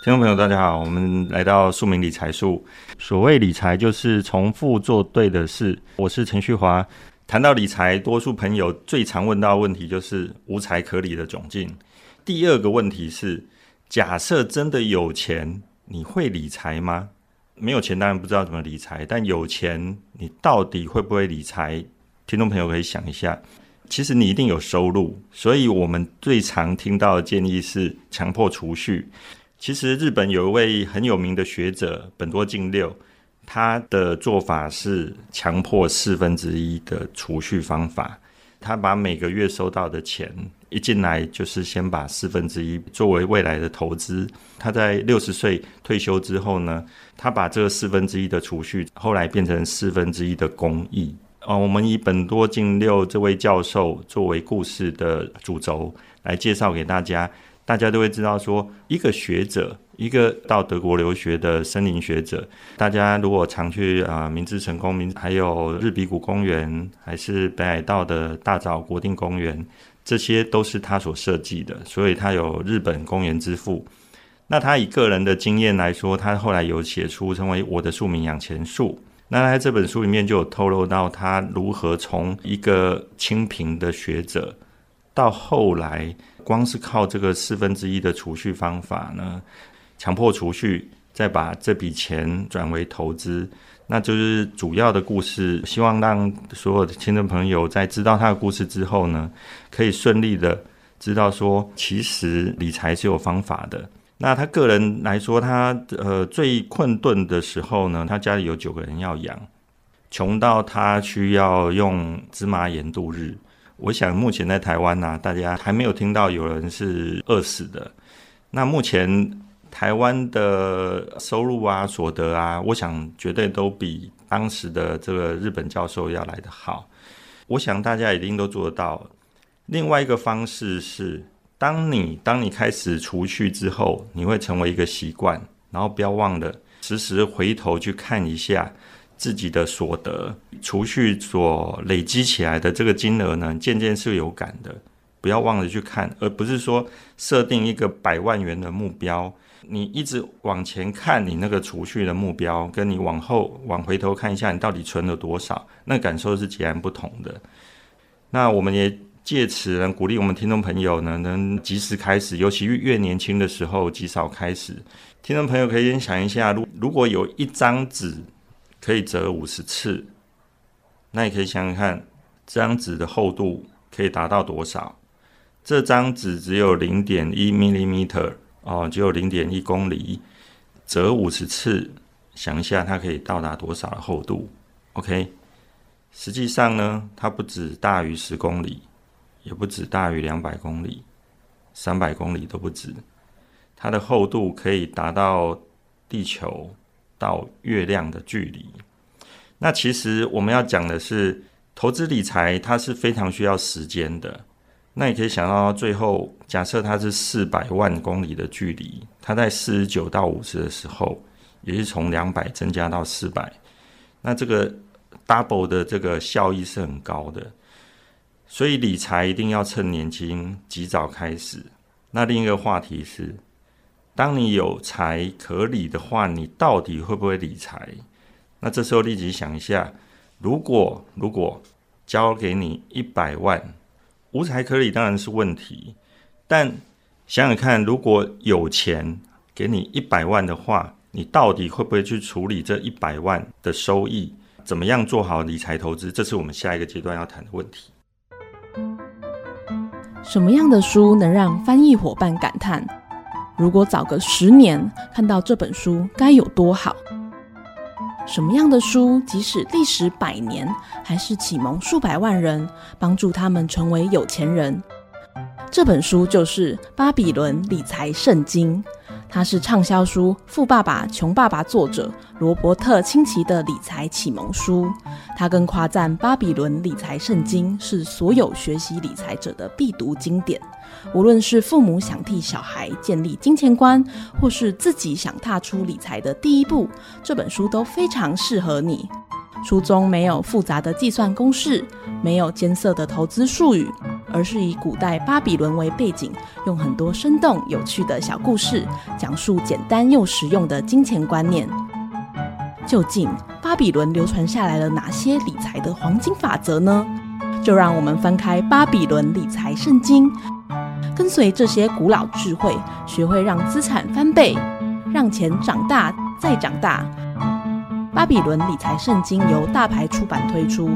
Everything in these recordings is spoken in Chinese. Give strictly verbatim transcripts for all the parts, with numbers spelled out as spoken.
听众朋友大家好，我们来到庶民理财术。所谓理财就是重复做对的事，我是陈旭华。谈到理财，多数朋友最常问到的问题就是无财可理的窘境。第二个问题是，假设真的有钱，你会理财吗？没有钱当然不知道怎么理财，但有钱你到底会不会理财？听众朋友可以想一下，其实你一定有收入，所以我们最常听到的建议是强迫储蓄。其实日本有一位很有名的学者本多敬六，他的做法是强迫四分之一的储蓄方法。他把每个月收到的钱一进来就是先把四分之一作为未来的投资。他在六十岁退休之后呢，他把这个四分之一的储蓄后来变成四分之一的公益。哦，我们以本多敬六这位教授作为故事的主轴来介绍给大家。大家都会知道说，一个学者，一个到德国留学的森林学者，大家如果常去啊、呃、明治神宫，还有日比谷公园，还是北海道的大沼国定公园，这些都是他所设计的，所以他有日本公园之父。那他以个人的经验来说，他后来有写出称为《我的庶民养钱术》。那在这本书里面就有透露到他如何从一个清贫的学者，到后来光是靠这个四分之一的储蓄方法呢，强迫储蓄，再把这笔钱转为投资，那就是主要的故事。希望让所有的听众朋友在知道他的故事之后呢，可以顺利的知道说，其实理财是有方法的。那他个人来说，他呃最困顿的时候呢，他家里有九个人要养，穷到他需要用芝麻盐度日。我想目前在台湾啊，大家还没有听到有人是饿死的。那目前台湾的收入啊、所得啊，我想绝对都比当时的这个日本教授要来得好。我想大家一定都做得到。另外一个方式是，当你当你开始储蓄之后，你会成为一个习惯，然后不要忘了时时回头去看一下自己的所得，储蓄所累积起来的这个金额呢，渐渐是有感的。不要忘了去看，而不是说设定一个百万元的目标，你一直往前看你那个储蓄的目标，跟你往后往回头看一下你到底存了多少，那感受是截然不同的。那我们也借此呢，鼓励我们听众朋友呢，能及时开始，尤其越年轻的时候及早开始。听众朋友可以先想一下，如果有一张纸可以折五十次，那你可以想想看，这张纸的厚度可以达到多少？这张纸只有 零点一 millimeter 哦，只有 零点一 公里，折五十次，想一下它可以到达多少的厚度 ？OK， 实际上呢，它不只大于十公里，也不只大于两百公里，三百公里都不止，它的厚度可以达到地球到月亮的距离。那其实我们要讲的是，投资理财它是非常需要时间的。那你可以想到最后，假设它是四百万公里的距离，它在四十九到五十的时候，也是从两百增加到四百，那这个 double 的这个效益是很高的。所以理财一定要趁年轻，及早开始。那另一个话题是，当你有财可理的话，你到底会不会理财？那这时候立即想一下，如果如果交给你一百万，无财可理当然是问题，但想想看，如果有钱给你一百万的话，你到底会不会去处理这一百万的收益？怎么样做好理财投资？这是我们下一个阶段要谈的问题。 什么样的书能让翻译伙伴感叹，如果早个十年看到这本书该有多好？什么样的书即使历时百年，还是启蒙数百万人，帮助他们成为有钱人？这本书就是《巴比伦理财圣经》，它是畅销书《富爸爸穷爸爸》作者罗伯特清崎的理财启蒙书。他更夸赞《巴比伦理财圣经》是所有学习理财者的必读经典。无论是父母想替小孩建立金钱观，或是自己想踏出理财的第一步，这本书都非常适合你。 书中没有复杂的计算公式，没有艰涩的投资术语，而是以古代巴比伦为背景，用很多生动有趣的小故事，讲述简单又实用的金钱观念。究竟巴比伦流传下来了哪些理财的黄金法则呢？就让我们翻开巴比伦理财圣经，跟随这些古老智慧，学会让资产翻倍，让钱长大再长大。巴比伦理财圣经由大牌出版推出。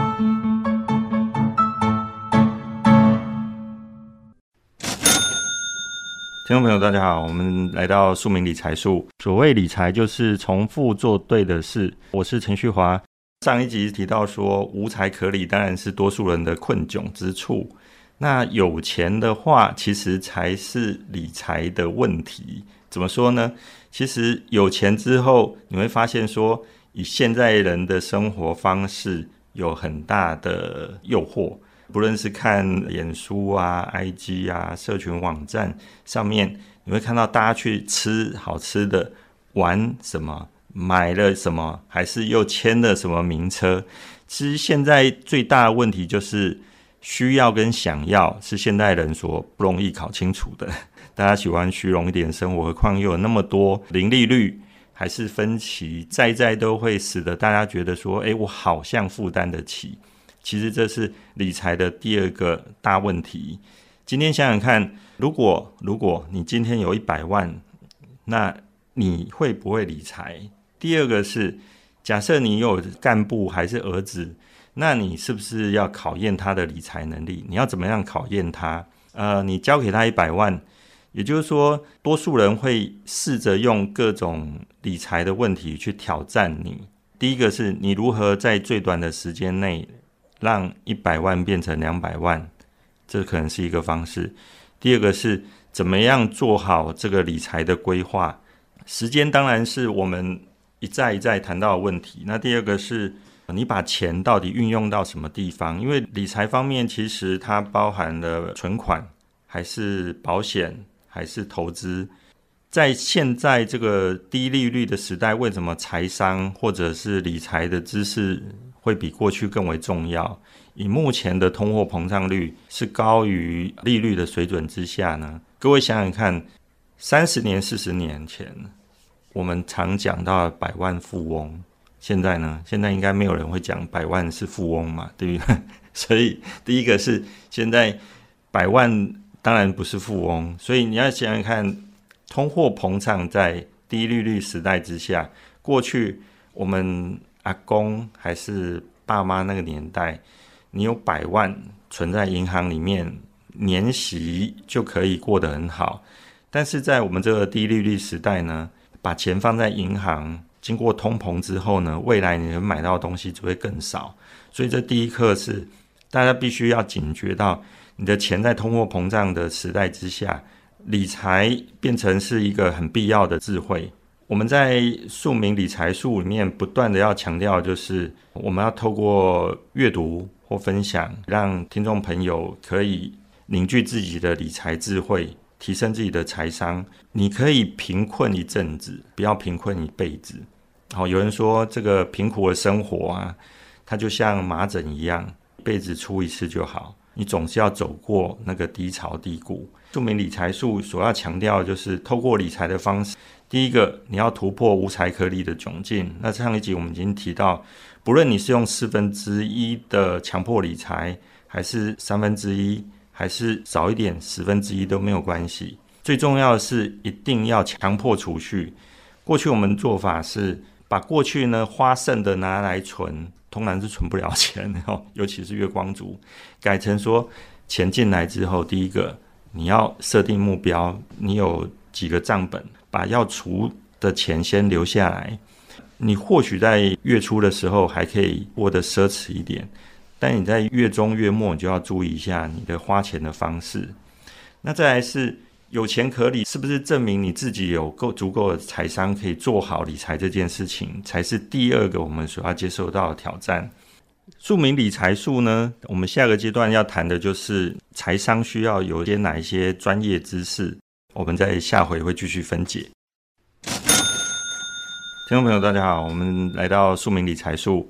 听众朋友大家好，我们来到庶民理财术。所谓理财就是重复做对的事，我是陈旭华。上一集提到说无财可理当然是多数人的困窘之处，那有钱的话其实才是理财的问题。怎么说呢？其实有钱之后你会发现说，以现在人的生活方式有很大的诱惑，不论是看脸书啊 I G 啊社群网站上面，你会看到大家去吃好吃的，玩什么，买了什么，还是又签了什么名车。其实现在最大的问题就是需要跟想要是现代人所不容易搞清楚的。大家喜欢虚荣一点的生活，何况又有那么多零利率还是分期，在在都会使得大家觉得说，诶，我好像负担得起。其实这是理财的第二个大问题。今天想想看，如果如果你今天有一百万，那你会不会理财？第二个是，假设你有干部还是儿子，那你是不是要考验他的理财能力？你要怎么样考验他？呃，你交给他一百万，也就是说，多数人会试着用各种理财的问题去挑战你。第一个是你如何在最短的时间内让一百万变成两百万，这可能是一个方式。第二个是怎么样做好这个理财的规划。时间当然是我们一再一再谈到的问题。那第二个是你把钱到底运用到什么地方，因为理财方面其实它包含了存款还是保险还是投资。在现在这个低利率的时代，为什么财商或者是理财的知识会比过去更为重要？以目前的通货膨胀率是高于利率的水准之下呢，各位想想看，三十年四十年前我们常讲到百万富翁，现在呢现在应该没有人会讲百万是富翁嘛，对不对？所以第一个是现在百万当然不是富翁，所以你要想想看，通货膨胀在低利率时代之下，过去我们阿公还是爸妈那个年代，你有百万存在银行里面，年息就可以过得很好。但是在我们这个低利率时代呢，把钱放在银行，经过通膨之后呢，未来你能买到的东西只会更少。所以这第一课是大家必须要警觉到，你的钱在通货膨胀的时代之下，理财变成是一个很必要的智慧。我们在庶民理财术里面不断的要强调，就是我们要透过阅读或分享，让听众朋友可以凝聚自己的理财智慧，提升自己的财商。你可以贫困一阵子，不要贫困一辈子。好，有人说这个贫苦的生活啊，它就像麻疹一样，一辈子出一次就好，你总是要走过那个低潮低谷。庶民理财术所要强调的就是透过理财的方式，第一个你要突破无财可理的窘境。那上一集我们已经提到，不论你是用四分之一的强迫理财，还是三分之一，还是少一点十分之一都没有关系。最重要的是一定要强迫储蓄。过去我们做法是把过去呢花剩的拿来存，通常是存不了钱，尤其是月光族，改成说钱进来之后，第一个你要设定目标，你有几个账本，把要除的钱先留下来。你或许在月初的时候还可以过得奢侈一点，但你在月中月末你就要注意一下你的花钱的方式。那再来是有钱可理，是不是证明你自己有够足够的财商可以做好理财这件事情，才是第二个我们所要接受到的挑战。庶民理财术呢，我们下个阶段要谈的就是财商需要有些哪一些专业知识，我们在下回会继续分解。听众朋友大家好，我们来到庶民理财术。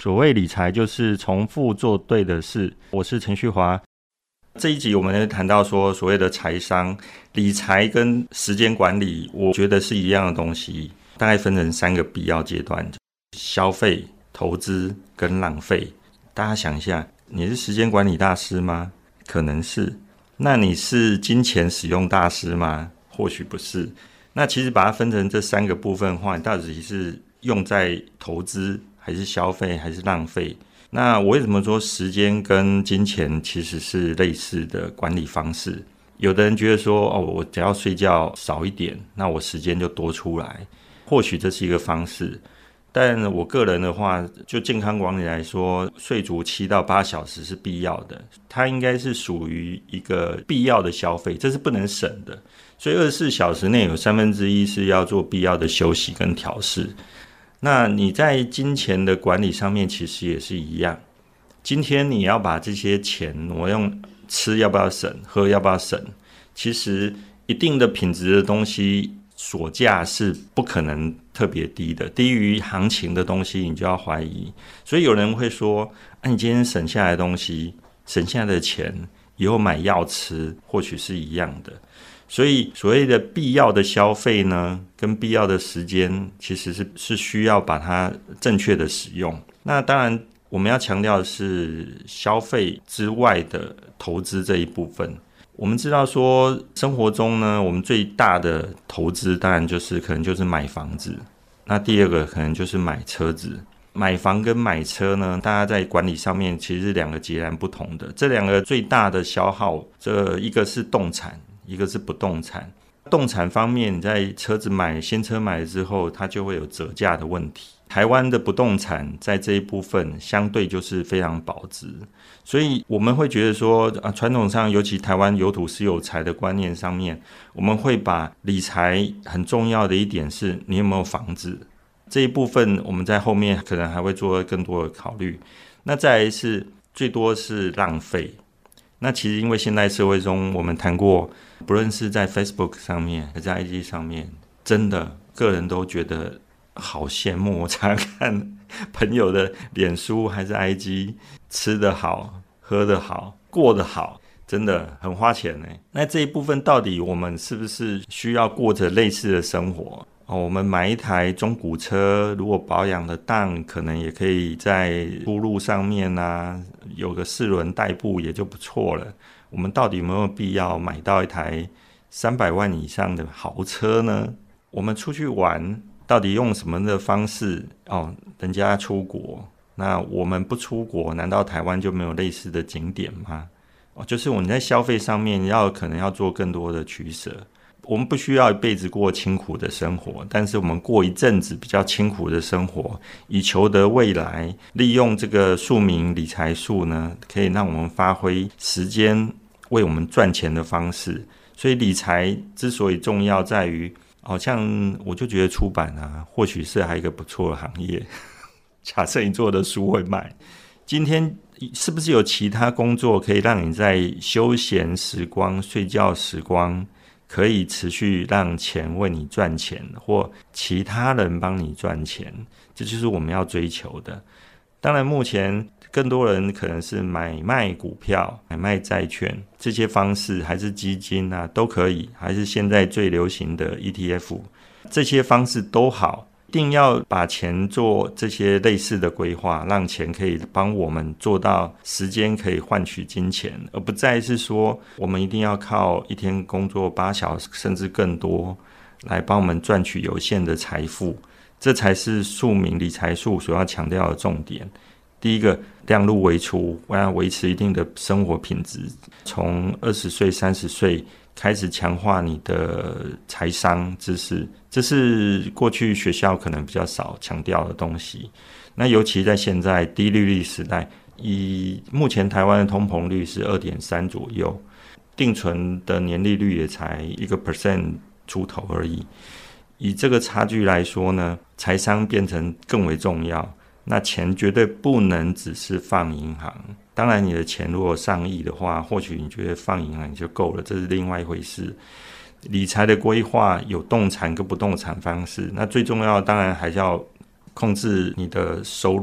所谓理财就是重复做对的事。我是陈旭华。这一集我们谈到说，所谓的财商、理财跟时间管理，我觉得是一样的东西，大概分成三个必要阶段：消费、投资跟浪费。大家想一下，你是时间管理大师吗？可能是。那你是金钱使用大师吗？或许不是。那其实把它分成这三个部分的话，你到底是用在投资还是消费还是浪费？那我为什么说时间跟金钱其实是类似的管理方式？有的人觉得说，哦，我只要睡觉少一点，那我时间就多出来，或许这是一个方式。但我个人的话，就健康管理来说，睡足七到八小时是必要的，它应该是属于一个必要的消费，这是不能省的。所以二十四小时内有三分之一是要做必要的休息跟调试。那你在金钱的管理上面其实也是一样，今天你要把这些钱，我用吃要不要省，喝要不要省，其实一定的品质的东西所价是不可能特别低的，低于行情的东西你就要怀疑。所以有人会说，啊，你今天省下来的东西，省下来的钱以后买药吃或许是一样的。所以所谓的必要的消费呢，跟必要的时间其实是是需要把它正确的使用。那当然我们要强调的是消费之外的投资这一部分。我们知道说生活中呢，我们最大的投资当然就是可能就是买房子，那第二个可能就是买车子。买房跟买车呢，大家在管理上面其实是两个截然不同的。这两个最大的消耗，这一个是动产，一个是不动产。动产方面，你在车子买新车买了之后，它就会有折价的问题。台湾的不动产在这一部分相对就是非常保值，所以我们会觉得说啊，传统上尤其台湾有土是有财的观念上面，我们会把理财很重要的一点是你有没有房子，这一部分我们在后面可能还会做更多的考虑。那再来是最多是浪费。那其实因为现代社会中我们谈过，不论是在 Facebook 上面还是在 I G 上面，真的个人都觉得好羡慕。我常看朋友的脸书还是 I G， 吃得好喝得好过得好，真的很花钱耶。那这一部分到底我们是不是需要过着类似的生活？哦，我们买一台中古车，如果保养的当，可能也可以在出路上面啊，有个四轮代步也就不错了。我们到底有没有必要买到一台三百万以上的豪车呢？我们出去玩到底用什么的方式？哦，人家出国，那我们不出国，难道台湾就没有类似的景点吗？哦，就是我们在消费上面要可能要做更多的取舍。我们不需要一辈子过清苦的生活，但是我们过一阵子比较清苦的生活，以求得未来。利用这个庶民理财术呢，可以让我们发挥时间为我们赚钱的方式。所以理财之所以重要在于，好像我就觉得出版啊，或许是还有一个不错的行业。假设你做的书会卖，今天是不是有其他工作可以让你在休闲时光、睡觉时光可以持续让钱为你赚钱，或其他人帮你赚钱？这就是我们要追求的。当然目前更多人可能是买卖股票、买卖债券，这些方式还是基金啊都可以，还是现在最流行的 E T F， 这些方式都好，一定要把钱做这些类似的规划，让钱可以帮我们做到时间可以换取金钱，而不再是说我们一定要靠一天工作八小时甚至更多来帮我们赚取有限的财富。这才是庶民理财术所要强调的重点。第一个，量入为出，我要维持一定的生活品质，从二十岁三十岁开始强化你的财商知识，这是过去学校可能比较少强调的东西。那尤其在现在低利率时代，以目前台湾的通膨率是 二点三 左右，定存的年利率也才一个 percent 出头而已。以这个差距来说呢，财商变成更为重要。那钱绝对不能只是放银行，当然你的钱如果上亿的话，或许你觉得放银行就够了，这是另外一回事。理财的规划有动产跟不动产方式，那最重要的当然还是要控制你的收入，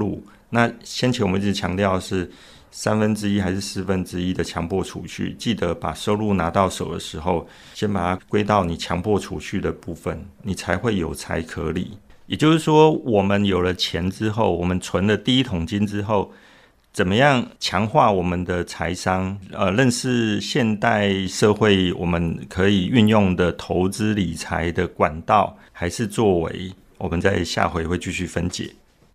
那先前我们一直强调的是三分之一还是四分之一的强迫储蓄，记得把收入拿到手的时候，先把它归到你强迫储蓄的部分，你才会有财可理。也就是说，我们有了钱之后，我们存了第一桶金之后，怎么样强化我们的财商？呃，认识现代社会我们可以运用的投资理财的管道还是作为，我们在下回会继续分解。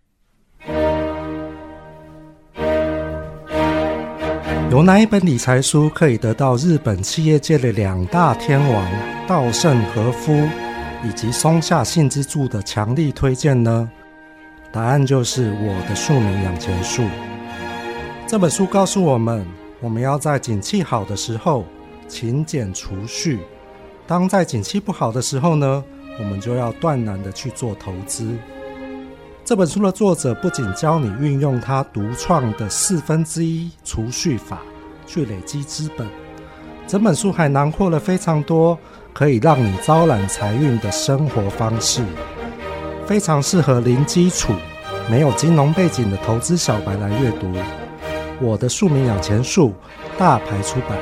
有哪一本理财书可以得到日本企业界的两大天王稻盛和夫以及松下幸之助的强力推荐呢？答案就是《我的庶民养钱术》。这本书告诉我们，我们要在景气好的时候勤俭储蓄，当在景气不好的时候呢，我们就要断然的去做投资。这本书的作者不仅教你运用他独创的四分之一储蓄法去累积资本，整本书还囊括了非常多可以让你招揽财运的生活方式，非常适合零基础、没有金融背景的投资小白来阅读。我的庶民养钱术，大牌出版。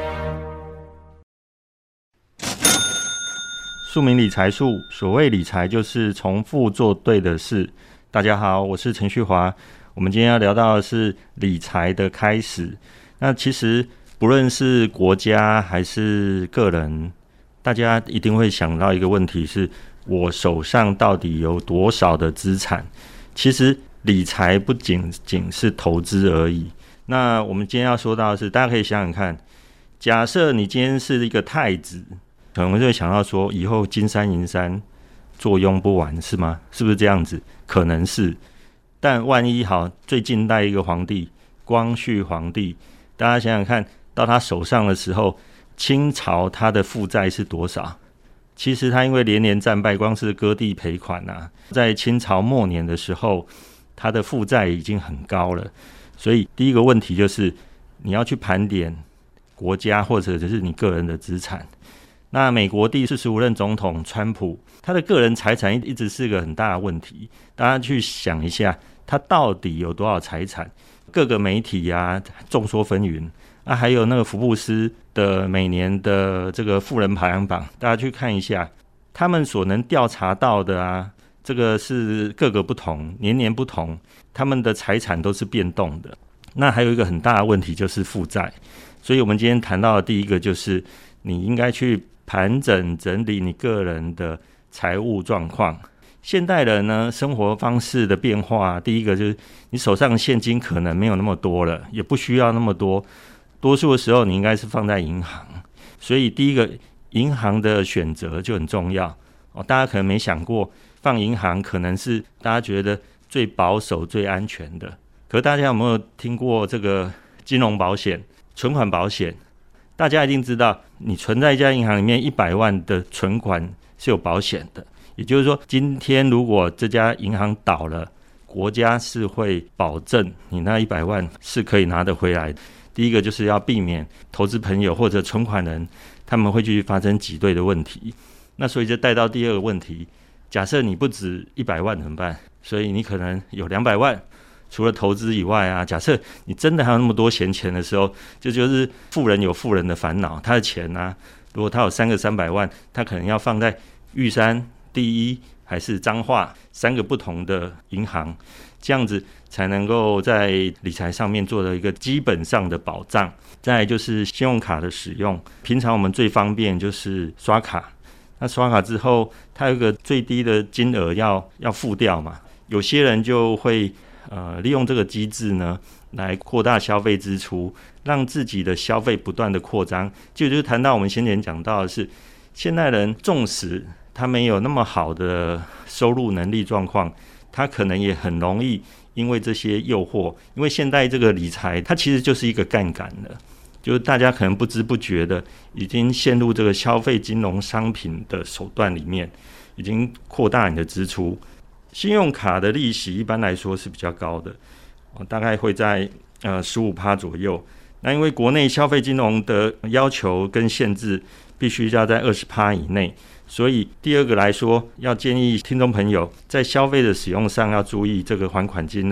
庶民理财术，所谓理财就是重复做对的事。大家好，我是陈旭华。我们今天要聊到的是理财的开始。那其实不论是国家还是个人，大家一定会想到一个问题是，我手上到底有多少的资产？其实理财不仅仅是投资而已。那我们今天要说到的是，大家可以想想看，假设你今天是一个太子，可能就会想到说，以后金山银山坐拥不完，是吗？是不是这样子？可能是，但万一好，最近代一个皇帝，光绪皇帝，大家想想看，到他手上的时候，清朝他的负债是多少？其实他因为连连战败，光是割地赔款啊，在清朝末年的时候，他的负债已经很高了。所以第一个问题就是，你要去盘点国家或者是你个人的资产。那美国第四十五任总统川普，他的个人财产一直是个很大的问题。大家去想一下，他到底有多少财产？各个媒体啊众说纷纭啊，还有那个福布斯的每年的这个富人排行榜，大家去看一下，他们所能调查到的啊，这个是各个不同，年年不同，他们的财产都是变动的。那还有一个很大的问题就是负债。所以我们今天谈到的第一个就是，你应该去盘整整理你个人的财务状况。现代人呢，生活方式的变化，第一个就是你手上现金可能没有那么多了，也不需要那么多，多数的时候你应该是放在银行。所以第一个，银行的选择就很重要哦。大家可能没想过，放银行可能是大家觉得最保守、最安全的。可是大家有没有听过这个金融保险、存款保险？大家一定知道，你存在一家银行里面一百万的存款是有保险的，也就是说，今天如果这家银行倒了，国家是会保证你那一百万是可以拿得回来的。第一个就是要避免投资朋友或者存款人他们会去发生挤兑的问题。那所以就带到第二个问题，假设你不止一百万怎么办？所以你可能有两百万。除了投资以外啊，假设你真的还有那么多闲钱的时候，这就是富人有富人的烦恼。他的钱啊，如果他有三个三百万，他可能要放在玉山、第一还是彰化三个不同的银行，这样子才能够在理财上面做到一个基本上的保障。再来就是信用卡的使用，平常我们最方便就是刷卡，那刷卡之后，它有一个最低的金额要要付掉嘛，有些人就会。呃，利用这个机制呢，来扩大消费支出，让自己的消费不断的扩张。就就是谈到我们先前讲到的是，现代人纵使他没有那么好的收入能力状况，他可能也很容易因为这些诱惑，因为现代这个理财，它其实就是一个杠杆了，就是大家可能不知不觉的已经陷入这个消费金融商品的手段里面，已经扩大你的支出。信用卡的利息一般来说是比较高的，大概会在呃 百分之十五 左右。那因为国内消费金融的要求跟限制必须要在 百分之二十 以内，所以第二个来说，要建议听众朋友在消费的使用上要注意这个还款金额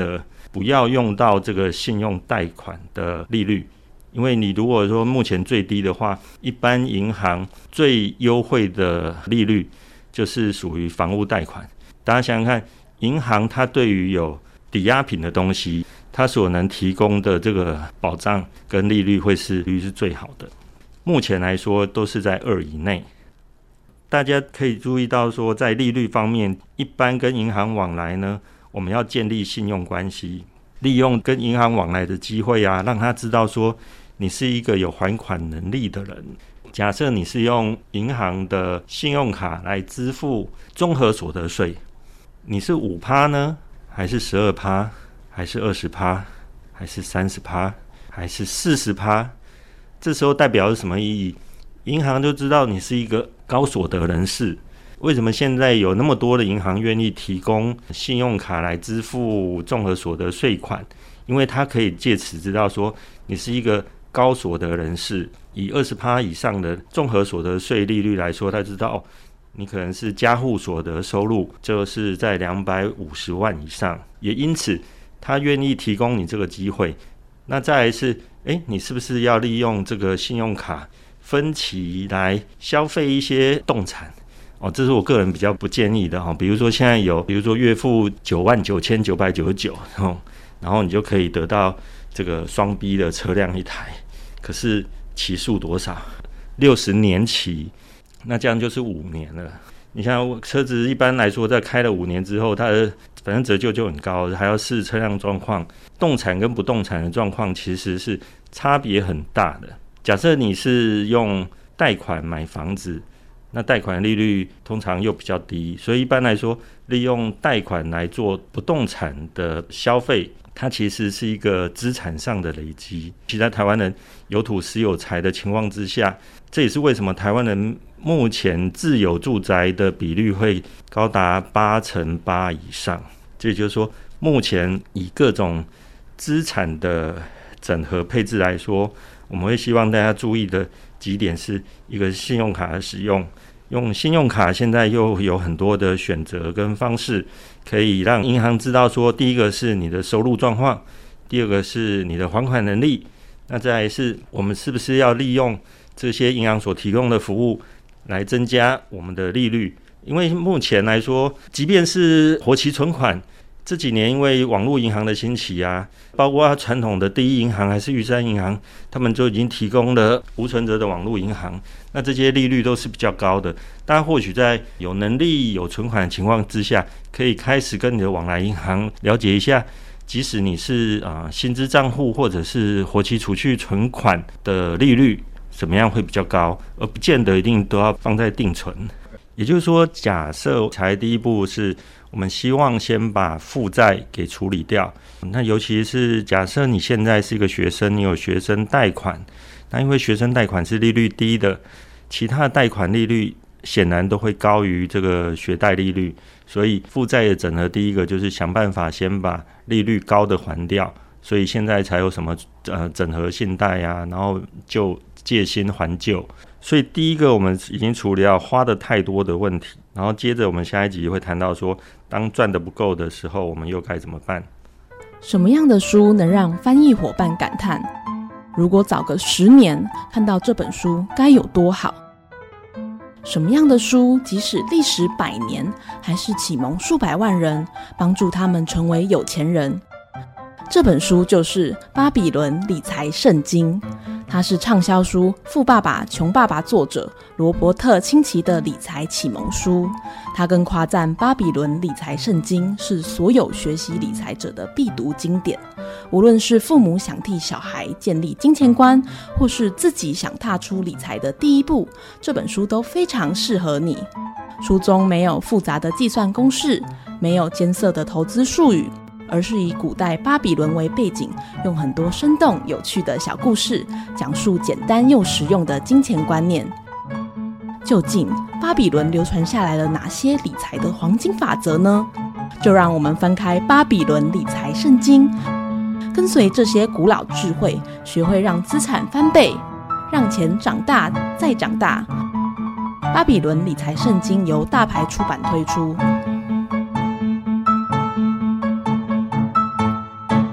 不要用到这个信用贷款的利率。因为你如果说目前最低的话，一般银行最优惠的利率就是属于房屋贷款。大家想想看，银行它对于有抵押品的东西，它所能提供的这个保障跟利率会是率是最好的。目前来说都是在二以内。大家可以注意到说，在利率方面，一般跟银行往来呢，我们要建立信用关系，利用跟银行往来的机会啊，让他知道说你是一个有还款能力的人。假设你是用银行的信用卡来支付综合所得税，你是 百分之五 呢，还是 百分之十二， 还是 百分之二十， 还是 百分之三十， 还是 百分之四十？ 这时候代表是什么意义？银行就知道你是一个高所得人士。为什么现在有那么多的银行愿意提供信用卡来支付综合所得税款？因为他可以借此知道说你是一个高所得人士，以 百分之二十 以上的综合所得税利率来说，他知道、哦、你可能是家户所得收入就是在两百五十万以上，也因此他愿意提供你这个机会。那再来是诶你是不是要利用这个信用卡分期来消费一些动产？哦，这是我个人比较不建议的哈、哦。比如说现在有，比如说月付九万九千九百九十九，然后你就可以得到这个双 B 的车辆一台，可是期数多少？六十年期，那这样就是五年了。你像车子一般来说，在开了五年之后，它的反正折旧就很高，还要视车辆状况，动产跟不动产的状况其实是差别很大的。假设你是用贷款买房子，那贷款利率通常又比较低，所以一般来说，利用贷款来做不动产的消费，它其实是一个资产上的累积。其实在台湾人有土斯有财的情况之下，这也是为什么台湾人目前自有住宅的比率会高达八成八以上。这也就是说，目前以各种资产的整合配置来说，我们会希望大家注意的几点是：一个是信用卡的使用，用信用卡现在又有很多的选择跟方式，可以让银行知道说，第一个是你的收入状况，第二个是你的还款能力，那再来是我们是不是要利用这些银行所提供的服务来增加我们的利率。因为目前来说，即便是活期存款，这几年因为网络银行的兴起啊，包括传统的第一银行还是玉山银行，他们就已经提供了无存折的网络银行，那这些利率都是比较高的。大家或许在有能力有存款的情况之下，可以开始跟你的往来银行了解一下，即使你是啊、呃、薪资账户或者是活期储蓄存款的利率怎么样会比较高，而不见得一定都要放在定存。也就是说，假设才第一步是我们希望先把负债给处理掉，那尤其是假设你现在是一个学生，你有学生贷款，那因为学生贷款是利率低的，其他的贷款利率显然都会高于这个学贷利率，所以负债的整合第一个就是想办法先把利率高的还掉，所以现在才有什么呃整合信贷啊，然后就借新还旧。所以第一个我们已经处理到花的太多的问题，然后接着我们下一集会谈到说，当赚的不够的时候，我们又该怎么办？ 什么样的书能让翻译伙伴感叹，如果早个十年看到这本书该有多好？什么样的书即使历时百年，还是启蒙数百万人，帮助他们成为有钱人？这本书就是《巴比伦理财圣经》，它是畅销书《富爸爸穷爸爸》作者罗伯特清崎的理财启蒙书。他更夸赞《巴比伦理财圣经》是所有学习理财者的必读经典。无论是父母想替小孩建立金钱观，或是自己想踏出理财的第一步，这本书都非常适合你。书中没有复杂的计算公式，没有艰涩的投资术语，而是以古代巴比伦为背景，用很多生动有趣的小故事，讲述简单又实用的金钱观念。究竟巴比伦流传下来了哪些理财的黄金法则呢？就让我们翻开《巴比伦理财圣经》，跟随这些古老智慧，学会让资产翻倍，让钱长大再长大。《巴比伦理财圣经》由大牌出版推出。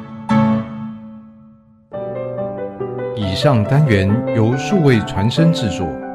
以上单元由数位传声制作。